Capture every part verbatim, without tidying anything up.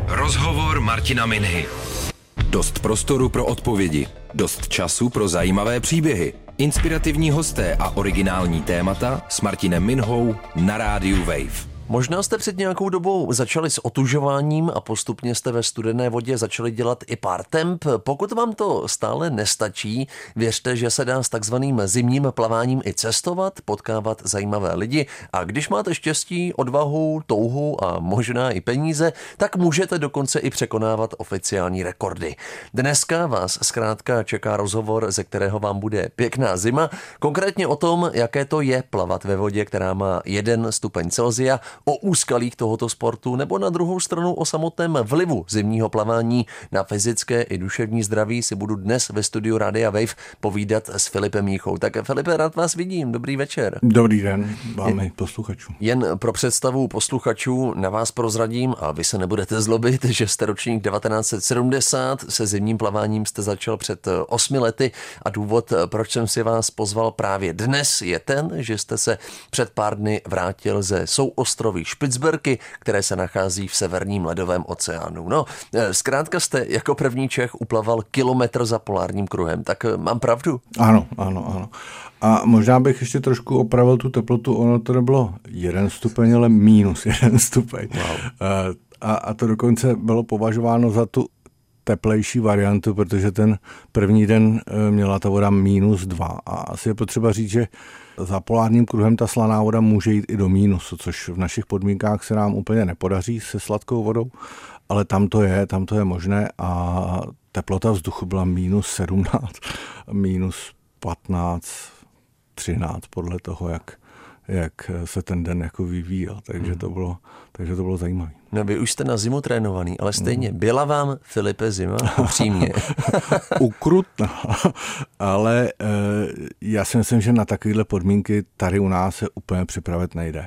Rozhovor Martina Minhy. Dost prostoru pro odpovědi, dost času pro zajímavé příběhy, inspirativní hosté a originální témata s Martinem Minhou na rádiu Wave. Možná jste před nějakou dobou začali s otužováním a postupně jste ve studené vodě začali dělat i pár temp. Pokud vám to stále nestačí, věřte, že se dá s takzvaným zimním plaváním i cestovat, potkávat zajímavé lidi a když máte štěstí, odvahu, touhu a možná i peníze, tak můžete dokonce i překonávat oficiální rekordy. Dneska vás zkrátka čeká rozhovor, ze kterého vám bude pěkná zima, konkrétně o tom, jaké to je plavat ve vodě, která má jeden stupeň Celsia, o úskalích tohoto sportu nebo na druhou stranu o samotném vlivu zimního plavání na fyzické i duševní zdraví si budu dnes ve studiu Rádia Wave povídat s Filipem Míchou. Tak Filipe, rád vás vidím, dobrý večer. Dobrý den vám i posluchačům. Jen pro představu posluchačů na vás prozradím a vy se nebudete zlobit, že jste ročník devatenáct set sedmdesát, se zimním plaváním jste začal před osmi lety a důvod, proč jsem si vás pozval právě dnes, je ten, že jste se před pár dny vrátil ze souostroví Špicberky, které se nachází v severním ledovém oceánu. No, zkrátka jste jako první Čech uplaval kilometr za polárním kruhem, tak mám pravdu? Ano, ano, ano. A možná bych ještě trošku opravil tu teplotu, ono to nebylo jeden stupeň, ale mínus jeden stupeň. Wow. A, a to dokonce bylo považováno za tu teplejší variantu, protože ten první den měla ta voda mínus dva. A asi je potřeba říct, že za polárním kruhem ta slaná voda může jít i do mínusu, což v našich podmínkách se nám úplně nepodaří se sladkou vodou, ale tam to je, tam to je možné a teplota vzduchu byla mínus sedmnáct, mínus patnáct, třináct podle toho, jak, jak se ten den jako vyvíjel, takže to bylo, takže to bylo zajímavé. No vy už jste na zimu trénovaný, ale stejně, byla vám, Filipe, zima? Upřímně. Ukrutná, ale e, já si myslím, že na takovéhle podmínky tady u nás se úplně připravit nejde. E,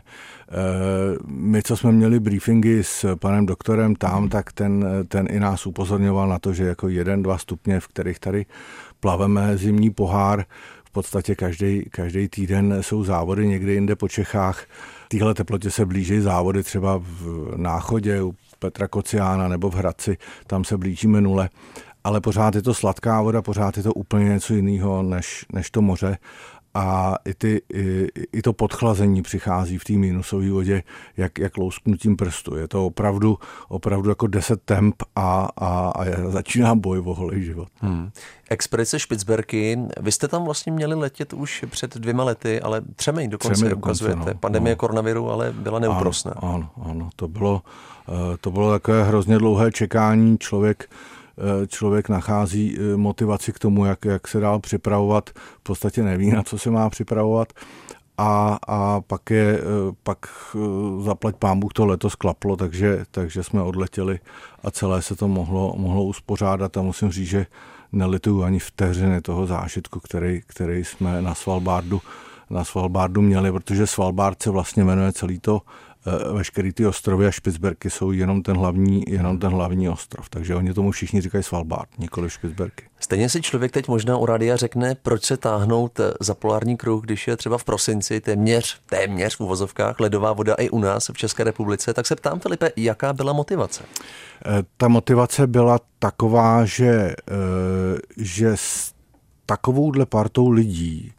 my, co jsme měli briefingy s panem doktorem tam, tak ten, ten i nás upozorňoval na to, že jako jeden, dva stupně, v kterých tady plaveme zimní pohár, v podstatě každý, každý týden jsou závody někde jinde po Čechách. V téhle teplotě se blíží závody třeba v Náchodě u Petra Kociána nebo v Hradci, tam se blížíme nule. Ale pořád je to sladká voda, pořád je to úplně něco jiného než, než to moře. A i, ty, i, i to podchlazení přichází v té minusové vodě jak, jak lousknutím prstu. Je to opravdu, opravdu jako deset temp a, a, a začíná boj o holý život. Hmm. Expedice Špicberky, vy jste tam vlastně měli letět už před dvěma lety, ale třemi dokonce, třemi dokonce ukazujete. No, Pandemie no. koronaviru, ale byla neúprosná. Ano, ano, ano, to bylo, to bylo takové hrozně dlouhé čekání. Člověk Člověk nachází motivaci k tomu, jak, jak se dál připravovat, v podstatě neví, na co se má připravovat a, a pak je, pak zaplať pán Bůh to letos klaplo, takže, takže jsme odletěli a celé se to mohlo, mohlo uspořádat a musím říct, že nelituju ani vteřiny toho zážitku, který, který jsme na Svalbardu, na Svalbardu měli, protože Svalbard se vlastně jmenuje celý to veškerý ty ostrovy a Špicberky jsou jenom ten hlavní, jenom ten hlavní ostrov. Takže oni tomu všichni říkají Svalbard, nikoli Špicberky. Stejně si člověk teď možná u rádia řekne, proč se táhnout za polární kruh, když je třeba v prosinci téměř, téměř v uvozovkách ledová voda i u nás v České republice. Tak se ptám, Filipe, jaká byla motivace? Ta motivace byla taková, že, že s takovouhle partou lidí,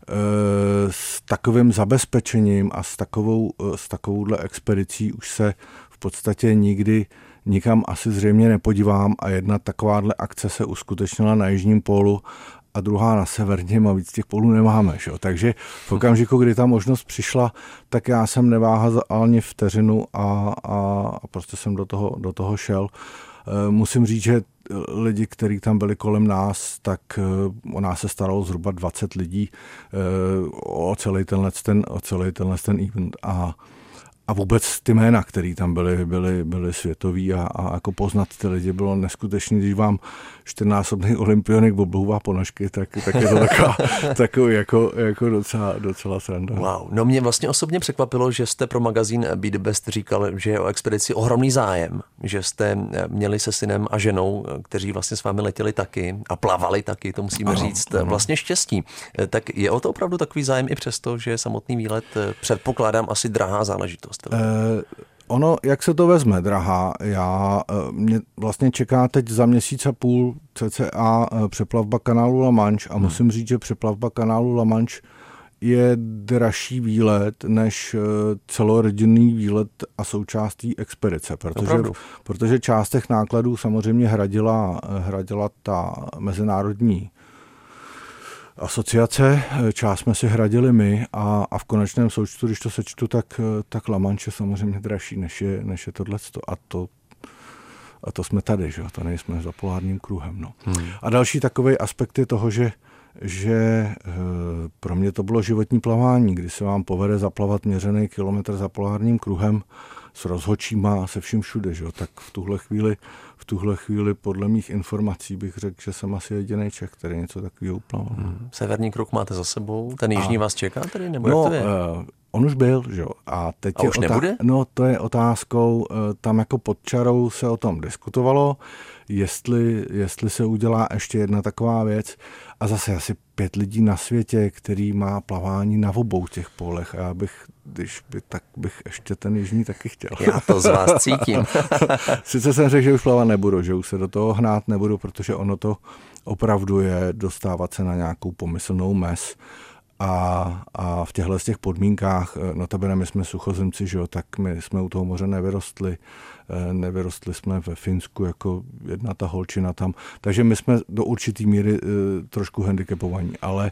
s takovým zabezpečením a s, takovou, s takovouhle expedicí už se v podstatě nikdy nikam asi zřejmě nepodívám a jedna takováhle akce se uskutečnila na jižním pólu a druhá na severním a víc těch pólů nemáme. Že? Takže v okamžiku, kdy ta možnost přišla, tak já jsem neváhal ani vteřinu a, a, a prostě jsem do toho, do toho šel. Musím říct, že lidi, kteří tam byli kolem nás, tak o nás se staralo zhruba dvacet lidí o celý tenhle ten, o celý tenhle ten event a A vůbec ty jména, které tam byly, byly, byly světový a, a jako poznat ty lidi bylo neskutečný. Když vám čtyřnásobný olympionik oblouvá ponožky, tak, tak je to taková, takový jako, jako docela, docela sranda. Wow. No mě vlastně osobně překvapilo, že jste pro magazín Be the Best říkal, že je o expedici ohromný zájem, že jste měli se synem a ženou, kteří vlastně s vámi letěli taky a plavali taky, to musíme ano, říct, ano. Vlastně štěstí. Tak je o to opravdu takový zájem i přesto, že samotný výlet předpokládám asi drahá záležitost. Uh, ono, jak se to vezme, drahá, já, mě vlastně čeká teď za měsíc a půl cca přeplavba kanálu La Manche a hmm. musím říct, že přeplavba kanálu La Manche je dražší výlet než celorodinný výlet a součástí expedice, protože, protože část těch nákladů samozřejmě hradila, hradila ta mezinárodní asociace, část jsme si hradili my a, a v konečném součtu, když to sečtu, tak, tak La Manche je samozřejmě dražší, než je, než je tohleto. A to, a to jsme tady, že? To nejsme za polárním kruhem. No. Hmm. A další takový aspekt je toho, že, že pro mě to bylo životní plavání, kdy se vám povede zaplavat měřený kilometr za polárním kruhem s rozhočíma a se vším všude, že? Tak v tuhle chvíli V tuhle chvíli podle mých informací bych řekl, že jsem asi jediný Čech, který něco takového uplaval. Hmm. Severní kruh máte za sebou, ten jižní a, vás čeká tady, nebo no, jak to je? Uh, on už byl, že jo. A, teď a je už otá- nebude? No, to je otázkou, uh, tam jako pod čarou se o tom diskutovalo, jestli, jestli se udělá ještě jedna taková věc. A zase asi pět lidí na světě, který má plavání na obou těch polech. A já bych, když by, tak bych ještě ten jižní taky chtěl. Já to z vás cítím. Sice jsem řekl, že už plavat nebudu, že už se do toho hnát nebudu, protože ono to opravdu je dostávat se na nějakou pomyslnou mez. A, a v těchto z těch podmínkách, notabene my jsme suchozemci, že jo, tak my jsme u toho moře nevyrostli. Nevyrostli jsme ve Finsku jako jedna ta holčina tam. Takže my jsme do určitý míry trošku handicapovaní, ale,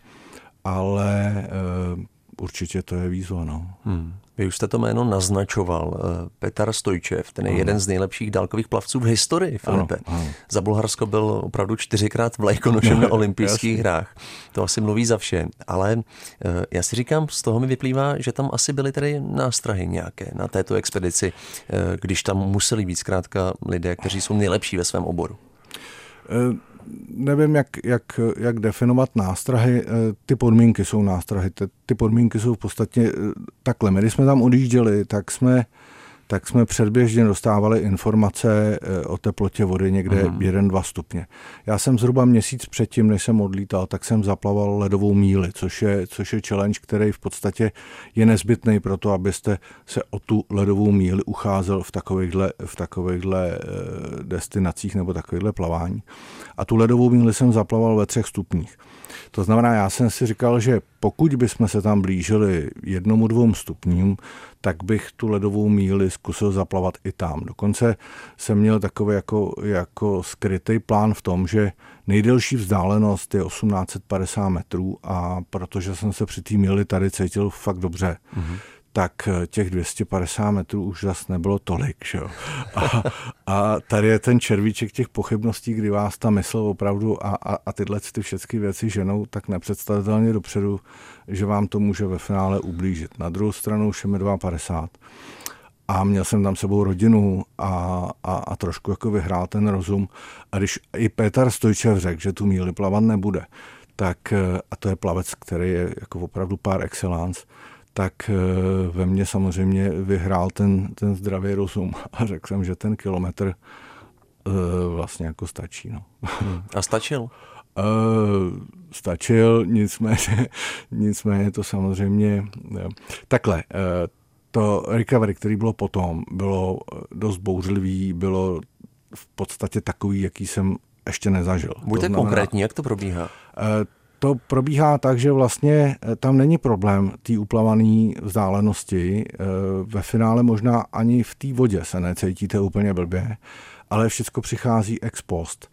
ale určitě to je výzva. No. Hmm. Vy už jste to jméno naznačoval. Petar Stojčev, ten je ano. jeden z nejlepších dálkových plavců v historii, Filipe. Ano, ano. Za Bulharsko byl opravdu čtyřikrát vlajkonošem no, na olympijských hrách. To asi mluví za vše. Ale já si říkám, z toho mi vyplývá, že tam asi byly tedy nástrahy nějaké na této expedici, když tam museli být zkrátka lidé, kteří jsou nejlepší ve svém oboru. Uh... Nevím, jak, jak, jak definovat nástrahy. Ty podmínky jsou nástrahy. Ty podmínky jsou v podstatě takhle. My, když jsme tam odjížděli, tak jsme, tak jsme předběžně dostávali informace o teplotě vody někde mm. jeden dva stupně. Já jsem zhruba měsíc předtím, než jsem odlítal, tak jsem zaplaval ledovou míli, což je, což je challenge, který v podstatě je nezbytný pro to, abyste se o tu ledovou míli ucházel v takovýchhle, v takovýchhle destinacích nebo takovýchhle plavání. A tu ledovou míli jsem zaplaval ve třech stupních. To znamená, já jsem si říkal, že pokud bychom se tam blížili jednomu, dvou stupňům, tak bych tu ledovou míli zkusil zaplavat i tam. Dokonce jsem měl takový jako, jako skrytý plán v tom, že nejdelší vzdálenost je osmnáct set padesát metrů a protože jsem se při té míli tady cítil fakt dobře, mm-hmm. tak těch dvě stě padesát metrů už zase nebylo tolik. Že jo? A, a tady je ten červíček těch pochybností, kdy vás ta mysl opravdu a, a, a tyhle ty všechny věci ženou tak nepředstavitelně dopředu, že vám to může ve finále ublížit. Na druhou stranu už je mi padesát dva a měl jsem tam sebou rodinu a, a, a trošku jako vyhrál ten rozum. A když i Petar Stojčev řekl, že tu míli plavat nebude, tak, a to je plavec, který je jako opravdu par excellence, tak ve mně samozřejmě vyhrál ten, ten zdravý rozum a řekl jsem, že ten kilometr uh, vlastně jako stačí. No. Hmm. A stačil? Uh, stačil, nicméně, nicméně to samozřejmě uh, takhle. Uh, to recovery, který bylo potom, bylo dost bouřlivý, bylo v podstatě takový, jaký jsem ještě nezažil. Buďte znamená, konkrétní, jak to probíhá? Uh, To probíhá tak, že vlastně tam není problém té uplavané vzdálenosti. Ve finále možná ani v té vodě se necítíte úplně blbě, ale všechno přichází ex post.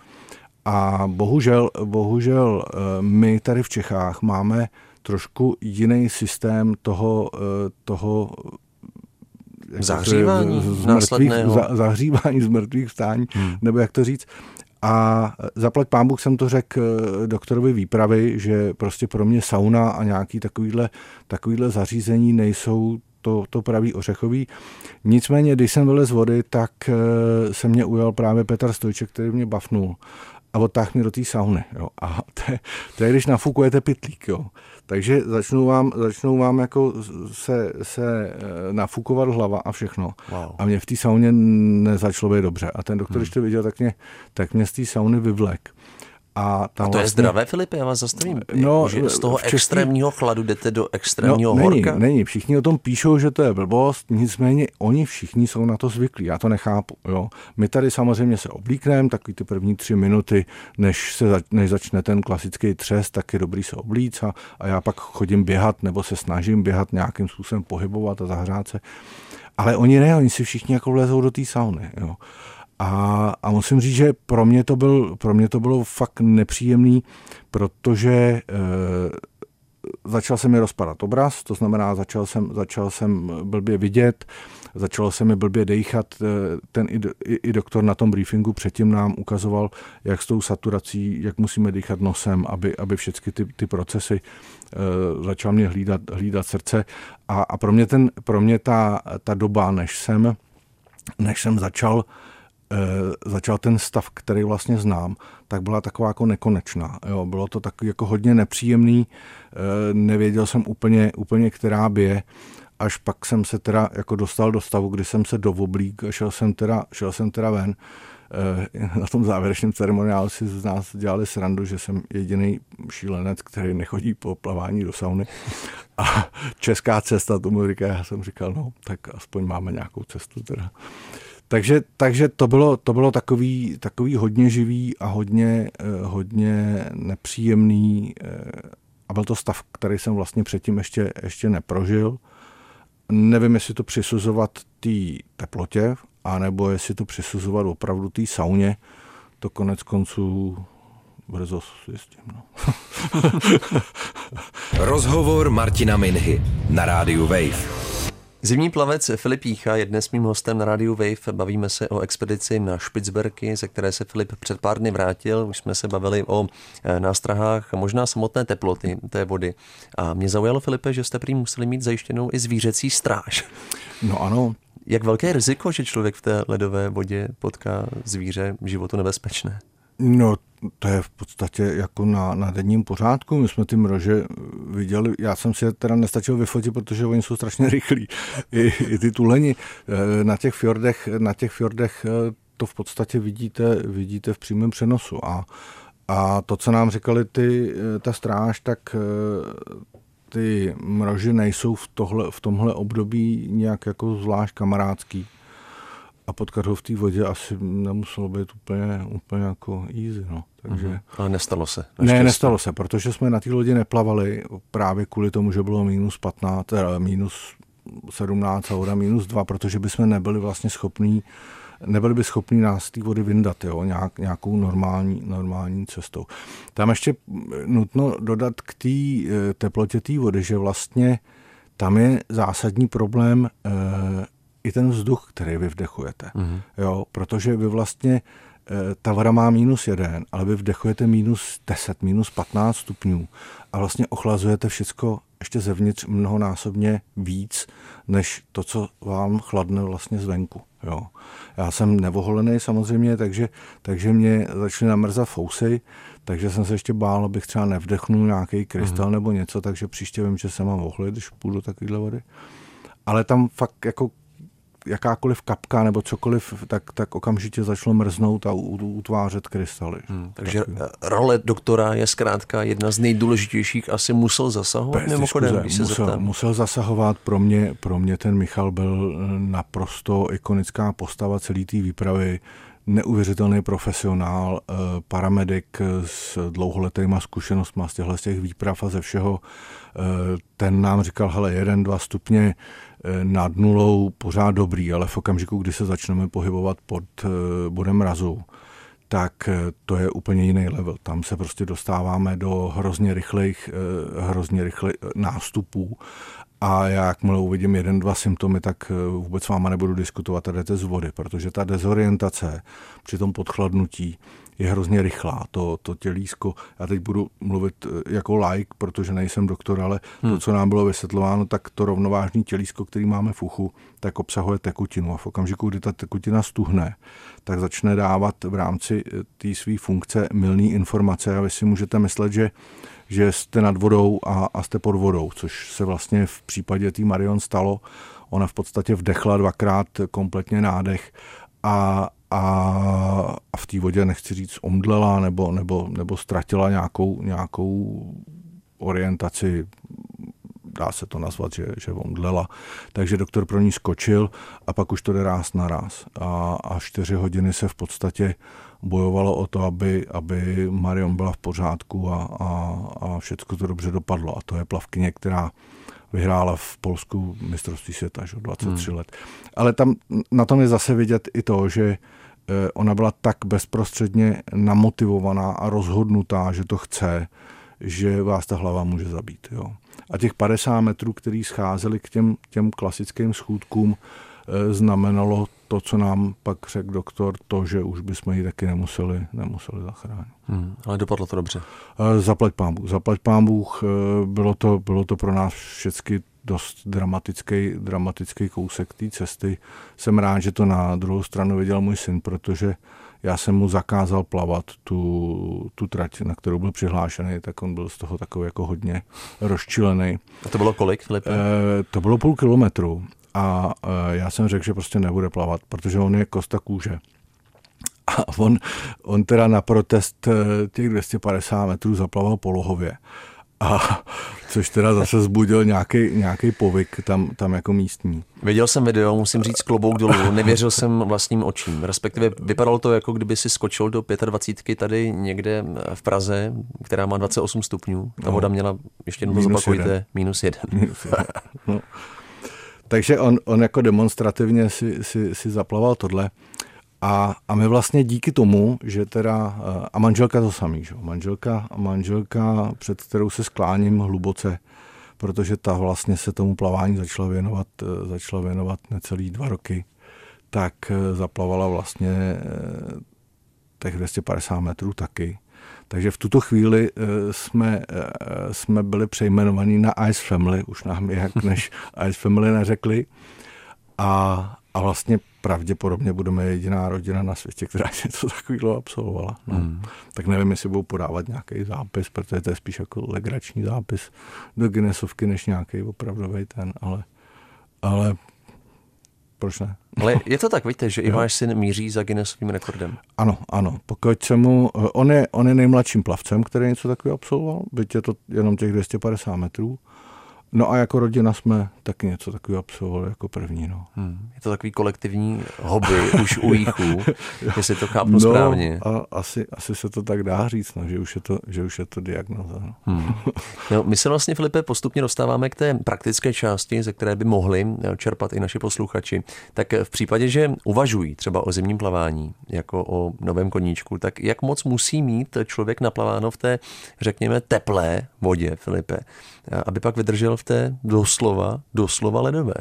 A bohužel, bohužel my tady v Čechách máme trošku jiný systém toho, toho zahřívání z, z mrtvých, za, zahřívání z mrtvých vstání, hmm. nebo jak to říct. A zaplať pán Bůh jsem to řekl doktorovi výpravy, že prostě pro mě sauna a nějaký takovýhle, takovýhle zařízení nejsou to, to pravý ořechový. Nicméně, když jsem vylez z vody, tak se mě ujal právě Petar Stojček, který mě bafnul a odtáhl mě do té sauny. Jo. A to je, to je, když nafukujete pytlík. Jo. Takže začnou vám, začnou vám jako se, se nafukovat hlava a všechno. Wow. A mě v té sauně nezačalo být dobře. A ten doktor, hmm. když to viděl, tak mě, tak mě z té sauny vyvlek. A, tam a to vlastně... je zdravé, Filipe, já vás zastavím. No, že z toho český... extrémního chladu jdete do extrémního no, horka? Není, není. Všichni o tom píšou, že to je blbost, nicméně oni všichni jsou na to zvyklí. Já to nechápu. Jo. My tady samozřejmě se oblíkneme, takový ty první tři minuty, než, se zač, než začne ten klasický třes, tak je dobrý se oblíct a, a já pak chodím běhat nebo se snažím běhat nějakým způsobem pohybovat a zahřát se. Ale oni ne, oni si všichni jako vlezou do té sauny. Jo. A, a musím říct, že pro mě to, byl, pro mě to bylo fakt nepříjemný, protože e, začal se mi rozpadat obraz, to znamená, začal jsem, začal jsem blbě vidět, začalo se mi blbě dejchat. Ten i, i, i doktor na tom briefingu předtím nám ukazoval, jak s tou saturací, jak musíme dýchat nosem, aby, aby všechny ty, ty procesy e, začal mě hlídat, hlídat srdce. A, a pro mě, ten, pro mě ta, ta doba, než jsem, než jsem začal začal ten stav, který vlastně znám, tak byla taková jako nekonečná. Jo, bylo to takový jako hodně nepříjemný, nevěděl jsem úplně, úplně která bije, až pak jsem se teda jako dostal do stavu, kdy jsem se dovoblík a šel jsem teda, šel jsem teda ven. Na tom závěrečném ceremoniálu si z nás dělali srandu, že jsem jediný šílenec, který nechodí po plavání do sauny. A česká cesta, tomu říká, já jsem říkal, no, tak aspoň máme nějakou cestu teda. Takže, takže to bylo, to bylo takový, takový hodně živý a hodně, hodně nepříjemný a byl to stav, který jsem vlastně předtím ještě, ještě neprožil. Nevím, jestli to přisuzovat té teplotě, anebo jestli to přisuzovat opravdu té sauně. To konec konců brzo zjistím. No. Rozhovor Martina Minhy na rádiu Wave. Zimní plavec Filip Jícha je dnes mým hostem na rádiu Wave. Bavíme se o expedici na Špicberky, ze které se Filip před pár dny vrátil. Už jsme se bavili o nástrahách a možná samotné teploty té vody. A mě zaujalo, Filipe, že jste prý museli mít zajištěnou i zvířecí stráž. No ano. Jak velké riziko, že člověk v té ledové vodě potká zvíře životu nebezpečné? No, to je v podstatě jako na, na denním pořádku. My jsme ty mrože viděli, já jsem si je teda nestačil vyfotit, protože oni jsou strašně rychlí. I, i ty tuleni na těch fjordech, na těch fjordech to v podstatě vidíte, vidíte v přímém přenosu. A, a to, co nám říkali ty, ta stráž, tak ty mroži nejsou v, tohle, v tomhle období nějak jako zvlášť kamarádský. A potkat ho v té vodě asi nemuselo být úplně, úplně jako easy. No. Takže... Mm-hmm. Ale nestalo se. Ne, nestalo se, protože jsme na té lodi neplavali právě kvůli tomu, že bylo minus patnáct, teda minus sedmnáct a voda minus dva, protože bychom nebyli vlastně schopní, nebyli by schopní nás z té vody vyndat, jo, nějak, nějakou normální, normální cestou. Tam ještě nutno dodat k té teplotě té vody, že vlastně tam je zásadní problém eh, i ten vzduch, který vy vdechujete. Mm-hmm. Jo, protože vy vlastně, ta voda má minus jeden, ale vy vdechujete minus deset, minus patnáct stupňů a vlastně ochlazujete všecko ještě zevnitř mnohonásobně víc, než to, co vám chladne vlastně zvenku. Jo. Já jsem nevoholený samozřejmě, takže, takže mě začaly namrzat fousy, takže jsem se ještě bál, abych třeba nevdechnul nějaký krystal mm-hmm. nebo něco, takže příště vím, že se mám ohlit, když půjdu do takovéhle vody. Ale tam fakt jako jakákoliv kapka nebo cokoliv, tak, tak okamžitě začalo mrznout a utvářet krystaly. Hmm, takže tak, role doktora je zkrátka jedna z nejdůležitějších. Asi musel zasahovat mimochodem, když se musel, musel zasahovat. Pro mě, pro mě ten Michal byl naprosto ikonická postava celé té výpravy. Neuvěřitelný profesionál, paramedik s dlouholetýma zkušenostma z těchto z těch výprav a ze všeho. Ten nám říkal, hele, jeden, dva stupně nad nulou pořád dobrý, ale v okamžiku, kdy se začneme pohybovat pod bodem mrazu, tak to je úplně jiný level. Tam se prostě dostáváme do hrozně rychlých, hrozně rychlých nástupů a já jakmile uvidím jeden, dva symptomy, tak vůbec s váma nebudu diskutovat a jdete z vody, protože ta dezorientace při tom podchladnutí je hrozně rychlá. To, to tělísko, já teď budu mluvit jako laik, protože nejsem doktor, ale hmm. to, co nám bylo vysvětlováno, tak to rovnovážné tělísko, který máme v uchu, tak obsahuje tekutinu a v okamžiku, kdy ta tekutina stuhne, tak začne dávat v rámci té své funkce mylný informace a vy si můžete myslet, že že jste nad vodou a, a jste pod vodou, což se vlastně v případě té Marion stalo. Ona v podstatě vdechla dvakrát kompletně nádech a, a v té vodě, nechci říct, omdlela nebo, nebo, nebo ztratila nějakou, nějakou orientaci, dá se to nazvat, že, že omdlela. Takže doktor pro ní skočil a pak už to jde ráz na ráz. A, a čtyři hodiny se v podstatě bojovalo o to, aby, aby Marion byla v pořádku a, a, a všechno to dobře dopadlo. A to je plavkyně, která vyhrála v Polsku mistrovství světa, že dvacet tři hmm. let. Ale tam na tom je zase vidět i to, že ona byla tak bezprostředně namotivovaná a rozhodnutá, že to chce, že vás ta hlava může zabít. Jo. A těch padesát metrů, který scházeli k těm, těm klasickým schůdkům, znamenalo to, co nám pak řekl doktor, to, že už bychom ji taky nemuseli, nemuseli zachránit. Hmm, ale dopadlo to dobře. Zaplať pán Bůh. Zaplať pán Bůh, bylo to, bylo to pro nás všechny dost dramatický, dramatický kousek té cesty. Jsem rád, že to na druhou stranu viděl můj syn, protože já jsem mu zakázal plavat tu, tu trať, na kterou byl přihlášený, tak on byl z toho takový jako hodně rozčilený. A to bylo kolik, Filipe? E, to bylo půl kilometru. A e, já jsem řekl, že prostě nebude plavat, protože on je kosta kůže. A on, on teda na protest těch dvě stě padesát metrů zaplaval polohově. A což teda zase zbudil nějaký, nějaký povyk tam, tam jako místní. Viděl jsem video, musím říct klobouk dolů, nevěřil jsem vlastním očím. Respektive vypadalo to, jako kdyby si skočil do dvacítky pět tady někde v Praze, která má dvacet osm stupňů. Ta voda měla, ještě jednou zopakujte, minus jeden. Minus jeden. No. Takže on, on jako demonstrativně si, si, si zaplaval tohle. A, a my vlastně díky tomu, že teda, a manželka to samý, že? Manželka, manželka, před kterou se skláním hluboce, protože ta vlastně se tomu plavání začala věnovat, začala věnovat necelý dva roky, tak zaplavala vlastně těch dvě stě padesát metrů taky. Takže v tuto chvíli jsme, jsme byli přejmenovaní na Ice Family, už nám jak než Ice Family neřekli. A, a vlastně pravděpodobně budeme jediná rodina na světě, která něco takového absolvovala. No. Hmm. Tak nevím, jestli budou podávat nějaký zápis, protože to je spíš jako legrační zápis do Guinnessovky, než nějaký opravdový ten, ale, ale proč ne? Ale je to tak, víte, že i váš syn míří za Guinnessovým rekordem. Ano, ano. Pokud se mu, on je, on je nejmladším plavcem, který něco takového absolvoval, byť je to jenom těch dvě stě padesát metrů. No a jako rodina jsme taky něco takového absolvovali jako první. No. Hmm. Je to takový kolektivní hobby už u jíchů, jestli to chápu no, správně. A asi, asi se to tak dá říct, no, že, už je to, že už je to diagnoza. No. Hmm. No, my se vlastně, Filipe, postupně dostáváme k té praktické části, ze které by mohli čerpat i naši posluchači. Tak v případě, že uvažují třeba o zimním plavání, jako o novém koníčku, tak jak moc musí mít člověk naplaváno v té, řekněme, teplé vodě, Filipe, aby pak vydržel v té doslova, doslova ledové?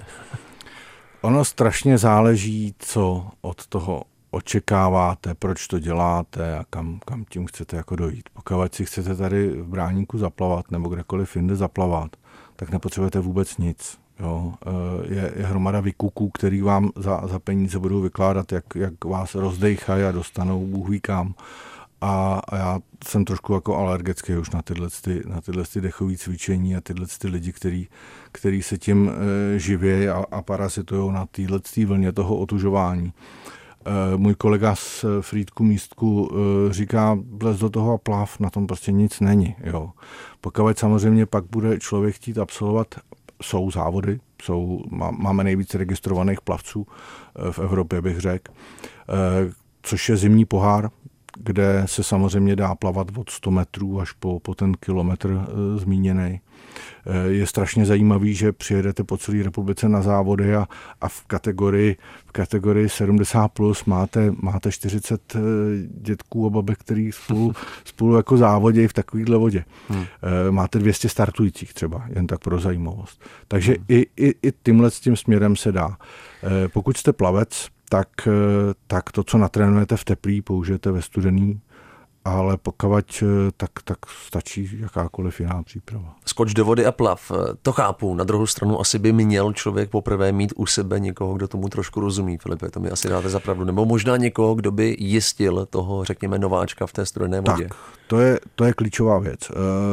Ono strašně záleží, co od toho očekáváte, proč to děláte a kam, kam tím chcete jako dojít. Pokud si chcete tady v Bráníku zaplavat nebo kdekoliv jinde zaplavat, tak nepotřebujete vůbec nic. Jo. Je, je hromada vykuků, který vám za, za peníze budou vykládat, jak, jak vás rozdejchají a dostanou Bůh ví kam. A, a já jsem trošku jako alergický už na tyhle, ty, na tyhle ty dechové cvičení a tyhle ty lidi, který, který se tím e, živějí a, a parazitují na téhle vlně toho otužování. E, můj kolega z Frýdku Místku e, říká, vlez do toho a plav, na tom prostě nic není. Jo. Pokud samozřejmě pak bude člověk chtít absolvovat, jsou závody, jsou, má, máme nejvíc registrovaných plavců e, v Evropě, bych řekl, e, což je zimní pohár, kde se samozřejmě dá plavat od sto metrů až po, po ten kilometr e, zmíněný. E, je strašně zajímavý, že přijedete po celé republice na závody a, a v kategorii, v kategorii sedmdesát plus máte, máte čtyřicet e, dětků a babek, který spolu, spolu jako závodějí v takovéhle vodě. Hmm. E, máte dvě stě startujících třeba, jen tak pro zajímavost. Takže hmm. i, i, i tímhle s tím směrem se dá. E, pokud jste plavec, Tak, tak to, co natrénujete v teplý, použijete ve studený, ale pokud tak, tak stačí jakákoliv jiná příprava. Skoč do vody a plav, to chápu. Na druhou stranu asi by měl člověk poprvé mít u sebe někoho, kdo tomu trošku rozumí, Filipe, to mi asi dáte za pravdu. Nebo možná někoho, kdo by jistil toho, řekněme, nováčka v té studené vodě. Tak, to je, to je klíčová věc.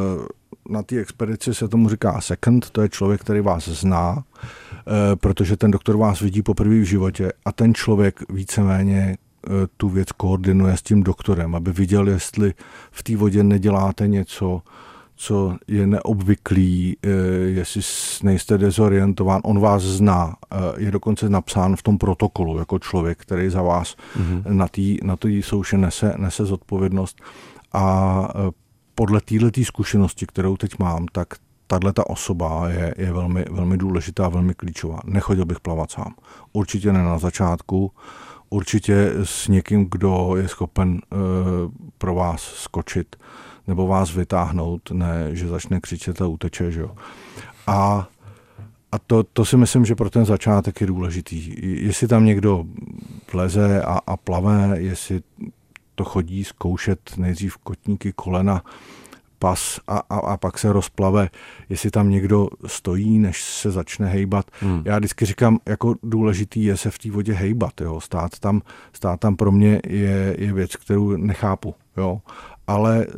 Na té expedici se tomu říká second, to je člověk, který vás zná, protože ten doktor vás vidí poprvé v životě a ten člověk víceméně tu věc koordinuje s tím doktorem, aby viděl, jestli v té vodě neděláte něco, co je neobvyklý, jestli nejste dezorientován, on vás zná, je dokonce napsán v tom protokolu jako člověk, který za vás mm-hmm. na té na té souše nese, nese zodpovědnost. A podle této zkušenosti, kterou teď mám, tak tato osoba je, je velmi, velmi důležitá, velmi klíčová. Nechodil bych plavat sám. Určitě ne na začátku, určitě s někým, kdo je schopen uh, pro vás skočit nebo vás vytáhnout, ne, že začne křičet a uteče. Že jo. A, a to, to si myslím, že pro ten začátek je důležitý. Jestli tam někdo vleze a, a plave, jestli to chodí zkoušet nejdřív kotníky, kolena, pas a, a, a pak se rozplave, jestli tam někdo stojí, než se začne hejbat. Hmm. Já vždycky říkám, jako důležitý je se v té vodě hejbat. Jo. Stát tam, stát tam pro mě je, je věc, kterou nechápu. Jo. Ale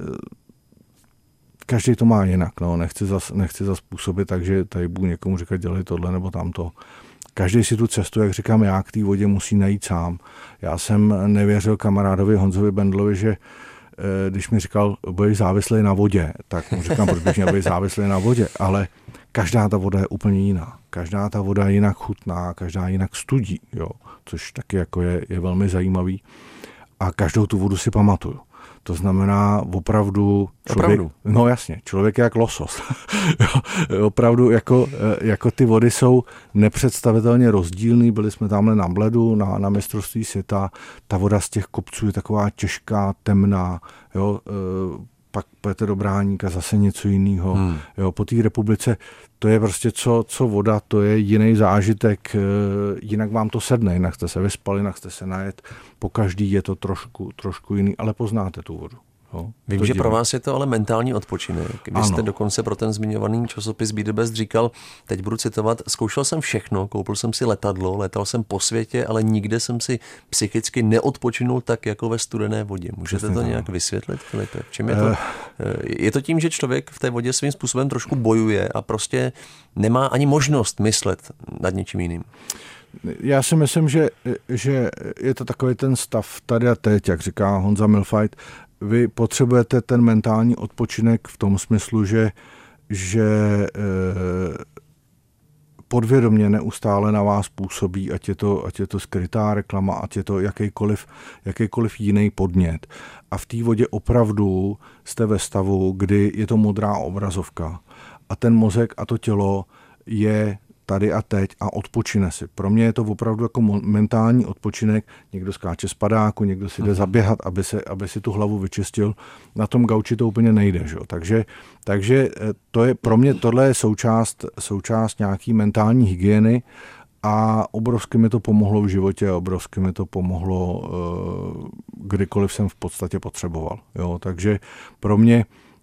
každý to má jinak. No. Nechci zas, nechci zas působit, takže tady budu někomu říkat, dělej tohle nebo tamto. Každý si tu cestu, jak říkám já, k té vodě musí najít sám. Já jsem nevěřil kamarádovi Honzovi Bendlovi, že když mi říkal, budeš závislý na vodě, tak mu říkám, proč bych měl být závislý na vodě, ale každá ta voda je úplně jiná. Každá ta voda je jinak chutná, každá jinak studí, jo, což taky jako je, je velmi zajímavý. A každou tu vodu si pamatuju. To znamená opravdu člověk, opravdu. No jasně, člověk je jak losos. Opravdu jako, jako ty vody jsou nepředstavitelně rozdílný. Byli jsme tamhle na Bledu, na, na mistrovství světa. Ta voda z těch kopců je taková těžká, temná. Jo, pak pojete do Bráníka, zase něco jiného. Hmm. Jo, po té republice to je prostě co, co voda, to je jiný zážitek, jinak vám to sedne, jinak jste se vyspali, jinak jste se najet. Po každý je to trošku, trošku jiný, ale poznáte tu vodu. Jo, Vím, že pro vás je to ale mentální odpočinek. Vy ano. jste dokonce pro ten zmiňovaný časopis Be the Best říkal, teď budu citovat, zkoušel jsem všechno, koupil jsem si letadlo, letal jsem po světě, ale nikde jsem si psychicky neodpočinul tak, jako ve studené vodě. Můžete Přesně to tak. nějak vysvětlit, Filipe? V čem je to? Uh. Je to tím, že člověk v té vodě svým způsobem trošku bojuje a prostě nemá ani možnost myslet nad něčím jiným? Já si myslím, že, že je to takový ten stav tady a teď, jak říká Honza Milfajt. Vy potřebujete ten mentální odpočinek v tom smyslu, že, že e, podvědomě neustále na vás působí, ať je to, ať je to skrytá reklama, ať je to jakýkoliv, jakýkoliv jiný podnět. A v té vodě opravdu jste ve stavu, kdy je to modrá obrazovka a ten mozek a to tělo je tady a teď a odpočine si. Pro mě je to opravdu jako mentální odpočinek. Někdo skáče z padáku, někdo si jde zaběhat, aby, se, aby si tu hlavu vyčistil. Na tom gauči to úplně nejde. Že? Takže, takže to je, pro mě tohle je součást, součást nějaký mentální hygieny a obrovsky mi to pomohlo v životě, obrovsky mi to pomohlo kdykoliv jsem v podstatě potřeboval. Jo? Takže pro mě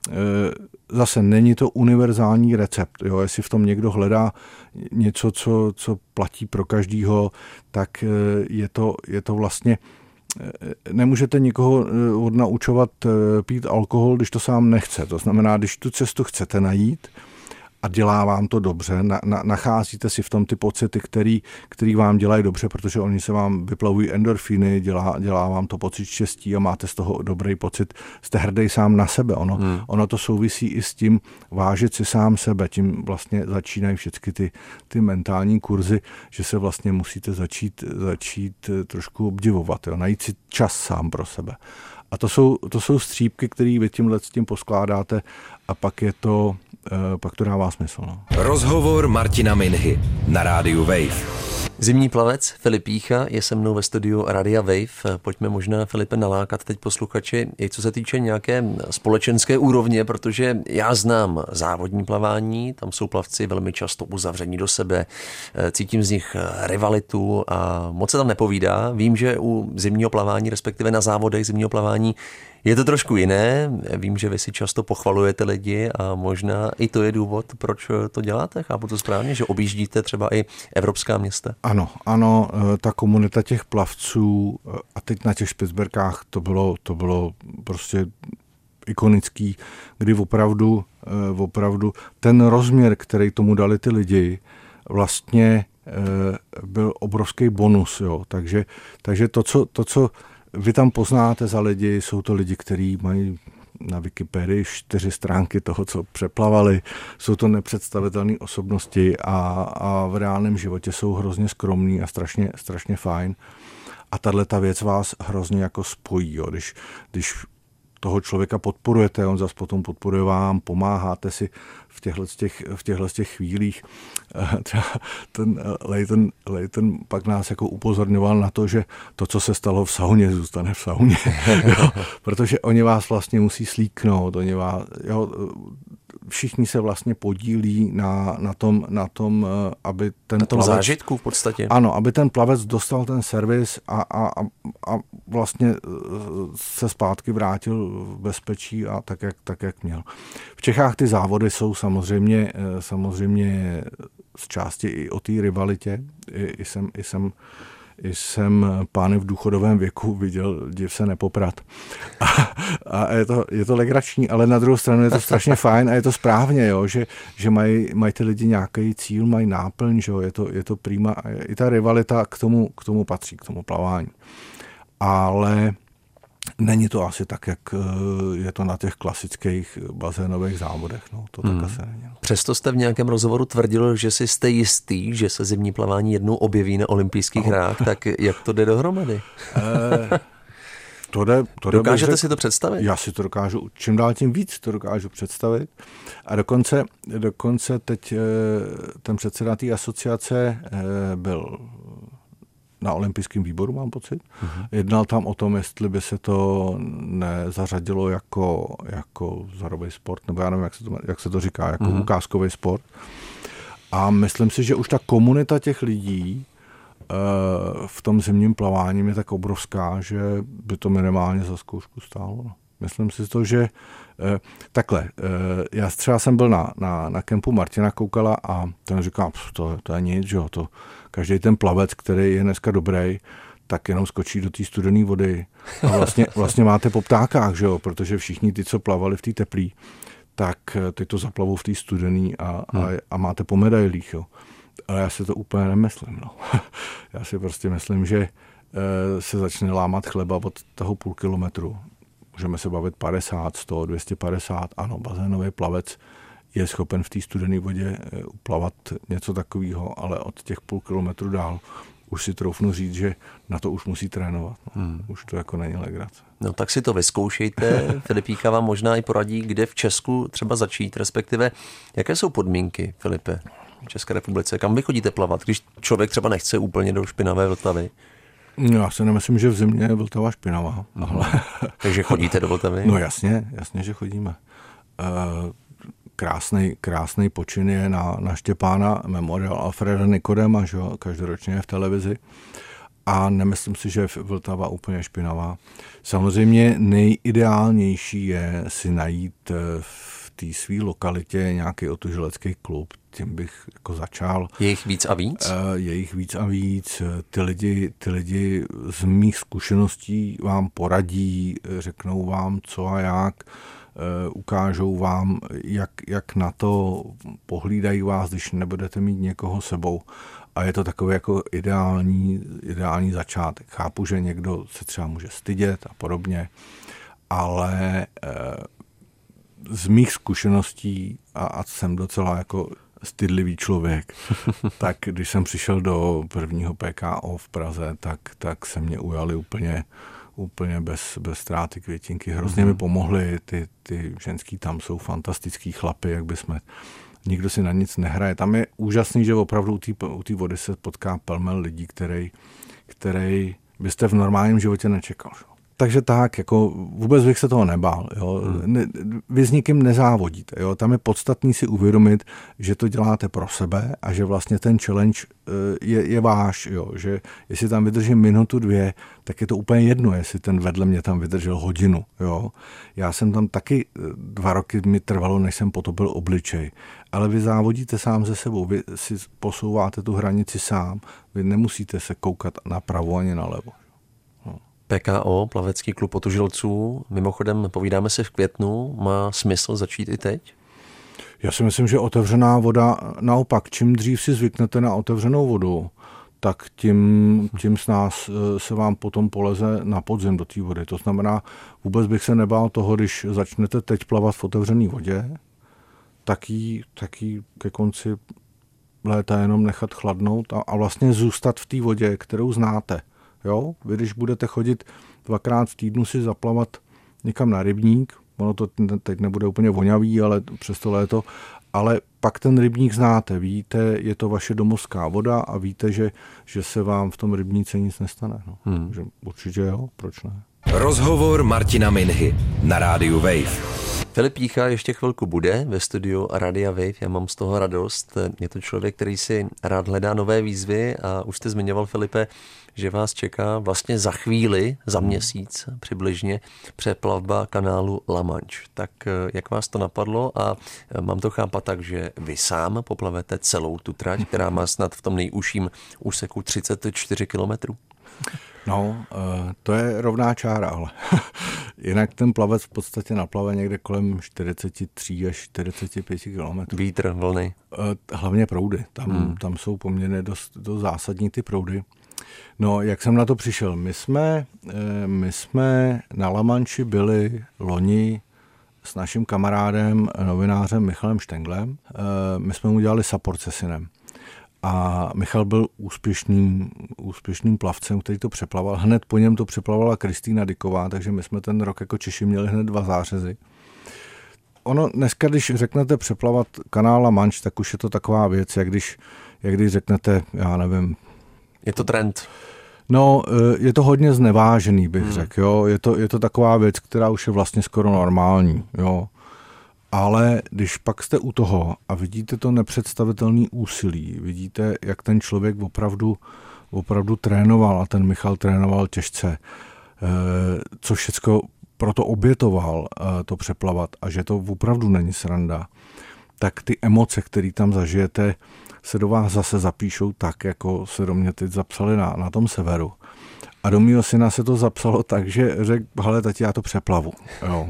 zase není to univerzální recept. Jo? Jestli v tom někdo hledá něco, co, co platí pro každýho, tak je to, je to vlastně... Nemůžete nikoho odnaučovat pít alkohol, když to sám nechce. To znamená, když tu cestu chcete najít a dělá vám to dobře, na, na, nacházíte si v tom ty pocity, který, který vám dělají dobře, protože oni se vám vyplavují endorfíny, dělá, dělá vám to pocit štěstí a máte z toho dobrý pocit, jste hrdý sám na sebe. Ono, hmm. ono to souvisí i s tím vážit si sám sebe, tím vlastně začínají všechny ty, ty mentální kurzy, že se vlastně musíte začít, začít trošku obdivovat, jo? Najít si čas sám pro sebe. A to jsou, to jsou střípky, které vy tímhle s tím poskládáte a pak je to, pak to dává smysl. No. Rozhovor Martina Minhy na rádiu Wave. Zimní plavec Filip Jícha je se mnou ve studiu Radia Wave. Pojďme možná, Filipe, nalákat teď posluchači, i co se týče nějaké společenské úrovně, protože já znám závodní plavání, tam jsou plavci velmi často uzavření do sebe, cítím z nich rivalitu a moc se tam nepovídá. Vím, že u zimního plavání, respektive na závodech zimního plavání, je to trošku jiné. Vím, že vy si často pochvalujete lidi a možná i to je důvod, proč to děláte. Chápu to správně, že objíždíte třeba i evropská města. Ano, ano, ta komunita těch plavců a teď na těch Špicberkách to bylo, to bylo prostě ikonický, kdy opravdu, opravdu ten rozměr, který tomu dali ty lidi, vlastně byl obrovský bonus. Jo. Takže, takže to, co, to, co vy tam poznáte za lidi, jsou to lidi, kteří mají na Wikipedii čtyři stránky toho, co přeplavali. Jsou to nepředstavitelné osobnosti a, a v reálném životě jsou hrozně skromní a strašně, strašně fajn. A tato věc vás hrozně jako spojí. Jo. Když, když toho člověka podporujete, on zase potom podporuje vám, pomáháte si v těchto těch, v těchto těch chvílích. Ten Leighton, Leighton pak nás jako upozorňoval na to, že to, co se stalo v sauně, zůstane v sauně. Jo, protože oni vás vlastně musí slíknout. Oni vás, jo, všichni se vlastně podílí na, na, tom, na tom, aby ten na tom plavec, zážitku v podstatě. Ano, aby ten plavec dostal ten servis a, a, a vlastně se zpátky vrátil v bezpečí a tak, jak, tak, jak měl. V Čechách ty závody jsou samozřejmě, samozřejmě z části i o té rivalitě. I, i, jsem, i, jsem, I jsem pány v důchodovém věku viděl, div se nepoprat. A, a je, to, je to legrační, ale na druhou stranu je to strašně fajn a je to správně, jo, že, že mají, mají ty lidi nějaký cíl, mají náplň, že jo, je, to, je to prima. A i ta rivalita k tomu, k tomu patří, k tomu plavání. Ale není to asi tak, jak je to na těch klasických bazénových závodech. No, to hmm. tak asi není. Přesto jste v nějakém rozhovoru tvrdil, že si jste jistý, že se zimní plavání jednou objeví na olympijských oh. hrách. Tak jak to jde dohromady? Eh, to jde, to jde Dokážete řek, si to představit? Já si to dokážu, čím dál tím víc to dokážu představit. A dokonce, dokonce teď ten předseda té asociace byl na olympijském výboru, mám pocit. Uh-huh. Jednal tam o tom, jestli by se to nezařadilo jako, jako vzorový sport, nebo já nevím, jak se to, jak se to říká, jako uh-huh. ukázkový sport. A myslím si, že už ta komunita těch lidí uh, v tom zimním plavání je tak obrovská, že by to minimálně za zkoušku stálo. Myslím si to, že uh, takhle, uh, já třeba jsem byl na, na, na kempu Martina Koukala a ten říká, to, to je nic, že jo, to každý ten plavec, který je dneska dobrý, tak jenom skočí do té studené vody. A vlastně, vlastně máte po ptákách, že jo? Protože všichni ty, co plavali v té teplý, tak ty to zaplavou v té studené a, a, a máte po medailích. Jo? Ale já si to úplně nemyslím. No. Já si prostě myslím, že se začne lámat chleba od toho půl kilometru. Můžeme se bavit padesát, sto, dvě stě padesát. Ano, bazénový plavec je schopen v té studené vodě uplavat něco takového, ale od těch půl kilometru dál už si troufnu říct, že na to už musí trénovat. No. Hmm. Už to jako není legrace. No tak si to vyzkoušejte. Filipíka vám možná i poradí, kde v Česku třeba začít, respektive jaké jsou podmínky, Filipe, v České republice. Kam vy chodíte plavat, když člověk třeba nechce úplně do špinavé Vltavy? No, já si nemyslím, že v zimě je Vltava špinavá. Ale... Takže chodíte do Vltavy? No jasně, jasně, že chodíme. Uh, Krásný, krásný počin je na, na Štěpána memorial Alfreda Nikodema, že jo, každoročně je v televizi. A nemyslím si, že je Vltava úplně špinavá. Samozřejmě nejideálnější je si najít v té své lokalitě nějaký otužilecký klub. Tím bych jako začal. Je jich víc a víc? Je jich víc a víc. Ty lidi, ty lidi z mých zkušeností vám poradí, řeknou vám co a jak. Ukážou vám, jak, jak na to, pohlídají vás, když nebudete mít někoho sebou. A je to takový jako ideální, ideální začátek. Chápu, že někdo se třeba může stydět a podobně, ale eh, z mých zkušeností, a, a jsem docela jako stydlivý člověk, tak když jsem přišel do prvního P K O v Praze, tak, tak se mě ujali úplně úplně bez, bez ztráty květinky. Hrozně mm. mi pomohli, ty, ty ženský tam jsou fantastický chlapy, jak bychom, nikdo si na nic nehraje. Tam je úžasný, že opravdu u té vody se potká pelmel lidí, který, který byste v normálním životě nečekal. Takže tak, jako vůbec bych se toho nebál. Jo. Ne, vy s nikým nezávodíte. Jo. Tam je podstatný si uvědomit, že to děláte pro sebe a že vlastně ten challenge je, je váš. Jo. Že jestli tam vydržím minutu, dvě, tak je to úplně jedno, jestli ten vedle mě tam vydržel hodinu. Jo. Já jsem tam taky dva roky mi trvalo, než jsem potopil obličej. Ale vy závodíte sám ze sebou, vy si posouváte tu hranici sám, vy nemusíte se koukat napravo ani nalevo. P K O, plavecký klub otužilců, mimochodem povídáme si v květnu, má smysl začít i teď? Já si myslím, že otevřená voda, naopak, čím dřív si zvyknete na otevřenou vodu, tak tím, tím s nás se vám potom poleze na podzim do té vody. To znamená, vůbec bych se nebál toho, když začnete teď plavat v otevřené vodě, tak ji, tak ji ke konci léta jenom nechat chladnout a, a vlastně zůstat v té vodě, kterou znáte. Jo? Vy, když budete chodit dvakrát v týdnu si zaplavat někam na rybník, ono to teď nebude úplně vonavý, ale přesto léto, ale pak ten rybník znáte, víte, je to vaše domovská voda a víte, že, že se vám v tom rybníce nic nestane. No. Hmm. Že určitě jo, proč ne? Rozhovor Martina Minhy na rádiu Wave. Filip Pícha ještě chvilku bude ve studiu Radia Wave, já mám z toho radost. Je to člověk, který si rád hledá nové výzvy a už jste zmiňoval, Filipe, že vás čeká vlastně za chvíli, za měsíc přibližně, přeplavba kanálu La Manche. Tak jak vás to napadlo a mám to chápat tak, že vy sám poplavete celou tu trať, která má snad v tom nejužším úseku třicet čtyři kilometrů? No, to je rovná čára, ale jinak ten plavec v podstatě naplave někde kolem čtyřicet tři až čtyřicet pět kilometrů. Vítr, vlny. Hlavně proudy, tam, hmm. tam jsou poměrně dost, dost zásadní ty proudy. No, jak jsem na to přišel? My jsme, my jsme na La Manchi byli loni s naším kamarádem, novinářem Michalem Štenglem. My jsme mu dělali support se synem. A Michal byl úspěšným, úspěšným plavcem, který to přeplaval. Hned po něm to přeplavala Kristýna Dyková, takže my jsme ten rok jako Češi měli hned dva zářezy. Ono dneska, když řeknete přeplavat kanál La Manche, tak už je to taková věc, jak když, jak když řeknete, já nevím. Je to trend. No, je to hodně znevážený, bych hmm. řekl. Jo? Je to, je to taková věc, která už je vlastně skoro normální. Jo? Ale když pak jste u toho a vidíte to nepředstavitelné úsilí, vidíte, jak ten člověk opravdu, opravdu trénoval a ten Michal trénoval těžce, co všecko proto obětoval to přeplavat a že to opravdu není sranda, tak ty emoce, které tam zažijete, se do vás zase zapíšou tak, jako se do mě teď zapsali na, na tom severu. A do mýho syna se to zapsalo tak, že řekl, hele tati, já to přeplavu. Jo.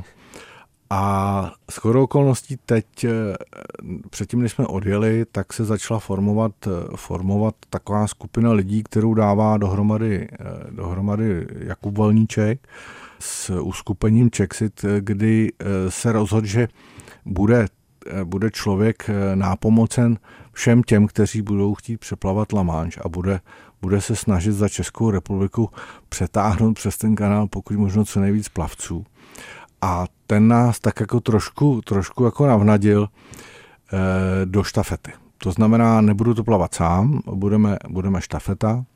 A shodou okolností teď, předtím, než jsme odjeli, tak se začala formovat, formovat taková skupina lidí, kterou dává dohromady, dohromady Jakub Valníček s uskupením Czexit, kdy se rozhodl, že bude, bude člověk nápomocen všem těm, kteří budou chtít přeplavat La Manche a bude, bude se snažit za Českou republiku přetáhnout přes ten kanál pokud možno co nejvíc plavců. A ten nás tak jako trošku, trošku jako navnadil eh, do štafety. To znamená, nebudu to plavat sám, budeme, budeme štafeta.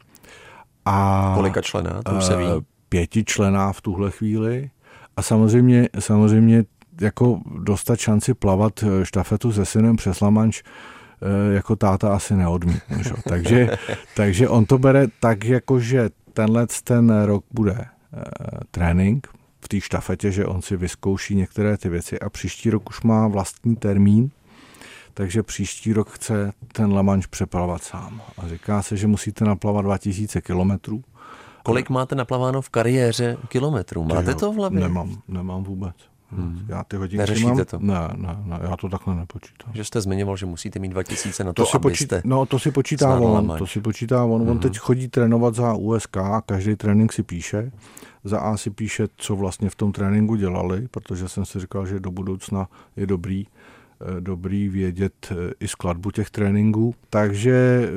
A, kolika člená, to už se ví? Eh, pětičlená v tuhle chvíli. A samozřejmě, samozřejmě jako dostat šanci plavat štafetu se synem přes La Manche eh, jako táta asi neodmítne. takže, takže on to bere tak, jako že tenhle ten rok bude eh, trénink v té štafetě, že on si vyzkouší některé ty věci a příští rok už má vlastní termín, takže příští rok chce ten La Manche přeplavat sám. A říká se, že musíte naplavat dva tisíce kilometrů. Kolik máte naplaváno v kariéře kilometrů? Máte to v hlavě? Nemám, nemám vůbec. Hmm. Já ty hodinky Neřešíte mám, to? Ne, ne, ne, já to takhle nepočítám. Že jste zmiňoval, že musíte mít dva tisíce na to, to si abyste... Počít, no to si počítá on, to si počítá on. Mm-hmm. On teď chodí trénovat za U S K, každý trénink si píše. Za A si píše, co vlastně v tom tréninku dělali, protože jsem si říkal, že do budoucna je dobrý, dobrý vědět i skladbu těch tréninků. Takže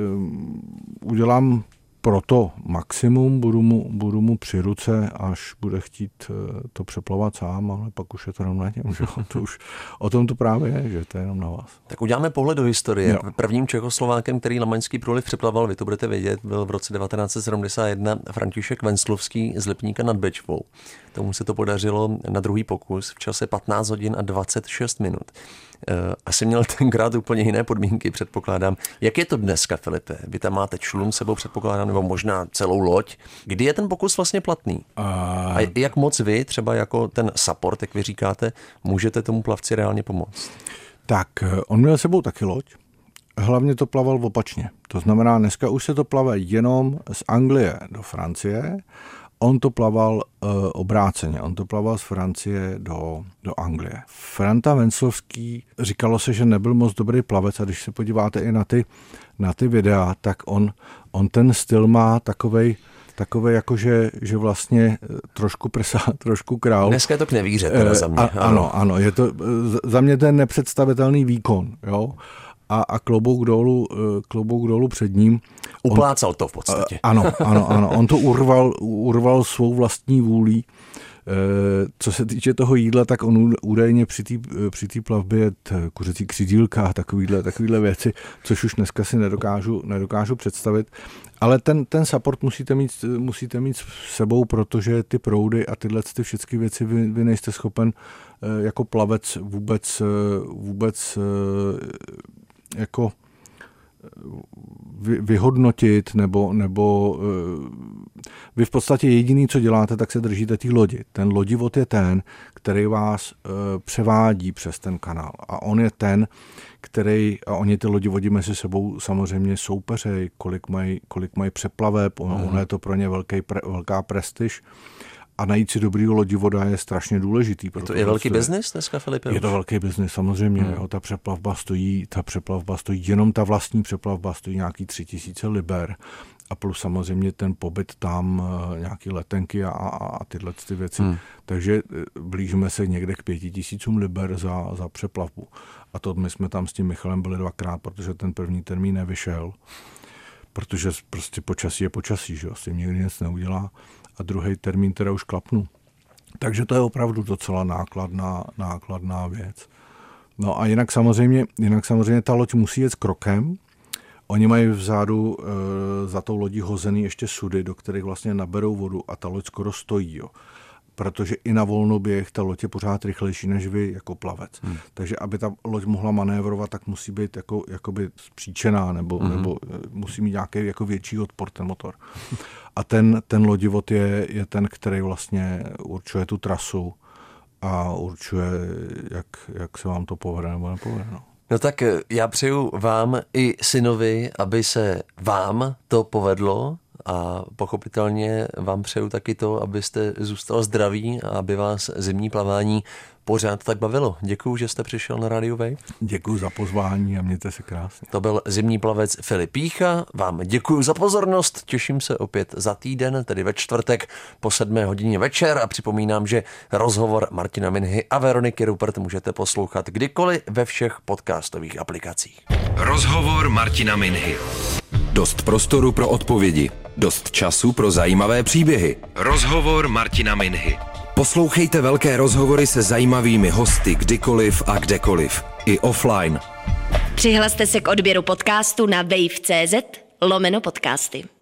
udělám proto maximum, budu mu, budu mu při ruce, až bude chtít to přeplavat sám, ale pak už je to jenom na něm. Že? To už, o tom to právě je, že to je jenom na vás. Tak uděláme pohled do historie. Jo. Prvním Čechoslovákem, který lamaňský průliv přeplaval, vy to budete vědět, byl v roce devatenáct set sedmdesát jedna František Venclovský z Lipníka nad Bečvou. Tomu se to podařilo na druhý pokus v čase patnáct hodin a dvacet šest minut. Asi měl tenkrát úplně jiné podmínky, předpokládám. Jak je to dneska, Filipe? Vy tam máte člun sebou, předpokládám, nebo možná celou loď. Kdy je ten pokus vlastně platný? A, a jak moc vy, třeba jako ten support, jak vy říkáte, můžete tomu plavci reálně pomoct? Tak, on měl sebou taky loď. Hlavně to plaval opačně. To znamená, dneska už se to plave jenom z Anglie do Francie. on to plaval uh, obráceně, on to plaval z Francie do, do Anglie. Franta Venclovský, říkalo se, že nebyl moc dobrý plavec a když se podíváte i na ty, na ty videa, tak on, on ten styl má takovej, Takové jako, že, že vlastně trošku prsa, trošku král. Dneska je to k nevíře teda za mě. A, ano, ano, je to za mě ten nepředstavitelný výkon, jo. A, a klobouk dolů, klobouk dolů před ním. Uplácal on, to v podstatě. Ano, ano, ano. On to urval, urval svou vlastní vůlí. Co se týče toho jídla, tak on údajně při té při té plavbě jet kuřecí křidílka a takovýhle, takovýhle věci, což už dneska si nedokážu, nedokážu představit. Ale ten, ten support musíte mít, musíte mít s sebou, protože ty proudy a tyhle ty všechny věci vy, vy nejste schopen jako plavec vůbec, vůbec jako vyhodnotit, nebo, nebo vy v podstatě jediný, co děláte, tak se držíte té lodi. Ten lodivod je ten, který vás převádí přes ten kanál. A on je ten, který, a oni ty lodivodi mezi sebou samozřejmě soupeřejí, kolik mají, kolik mají přeplaveb, ono, ono je to pro ně velký, pre, velká prestiž. A najít si dobrýho lodivoda je strašně důležitý. Je to je velký biznis dneska, Filipe? Je to velký biznis, samozřejmě. Hmm. Jo, ta přeplavba stojí, ta přeplavba stojí, jenom ta vlastní přeplavba stojí nějaký tři tisíce liber. A plus samozřejmě ten pobyt tam, nějaký letenky a, a, a tyhle ty věci. Hmm. Takže blížíme se někde k pěti tisícům liber za, za přeplavbu. A to my jsme tam s tím Michalem byli dvakrát, protože ten první termín nevyšel. Protože prostě počasí je počasí, že jo, s tím nikdy nic neudělá. A druhý termín teda už klapnu. Takže to je opravdu docela nákladná, nákladná věc. No a jinak samozřejmě, jinak samozřejmě ta loď musí jet s krokem. Oni mají vzadu e, za tou lodí hozený ještě sudy, do kterých vlastně naberou vodu a ta loď skoro stojí, jo. Protože i na volnoběh ta loď je pořád rychlejší než vy jako plavec. Hmm. Takže aby ta loď mohla manévrovat, tak musí být jako, jakoby spříčená nebo, hmm. nebo musí mít nějaký jako větší odpor ten motor. A ten, ten lodivod je, je ten, který vlastně určuje tu trasu a určuje, jak, jak se vám to povede nebo nepovede. No. No tak já přeju vám i synovi, aby se vám to povedlo a pochopitelně vám přeju taky to, abyste zůstal zdravý a aby vás zimní plavání pořád tak bavilo. Děkuju, že jste přišel na Radio Wave. Děkuju za pozvání a mějte se krásně. To byl zimní plavec Filip Pýcha. Vám děkuju za pozornost. Těším se opět za týden, tedy ve čtvrtek po sedmé hodině večer a připomínám, že rozhovor Martina Minhy a Veroniky Rupert můžete poslouchat kdykoliv ve všech podcastových aplikacích. Rozhovor Martina Minhy. Dost prostoru pro odpovědi, dost času pro zajímavé příběhy. Rozhovor Martina Minhy. Poslouchejte velké rozhovory se zajímavými hosty kdykoliv a kdekoliv. I offline. Přihlaste se k odběru podcastu na wave tečka cz lomeno podcasty.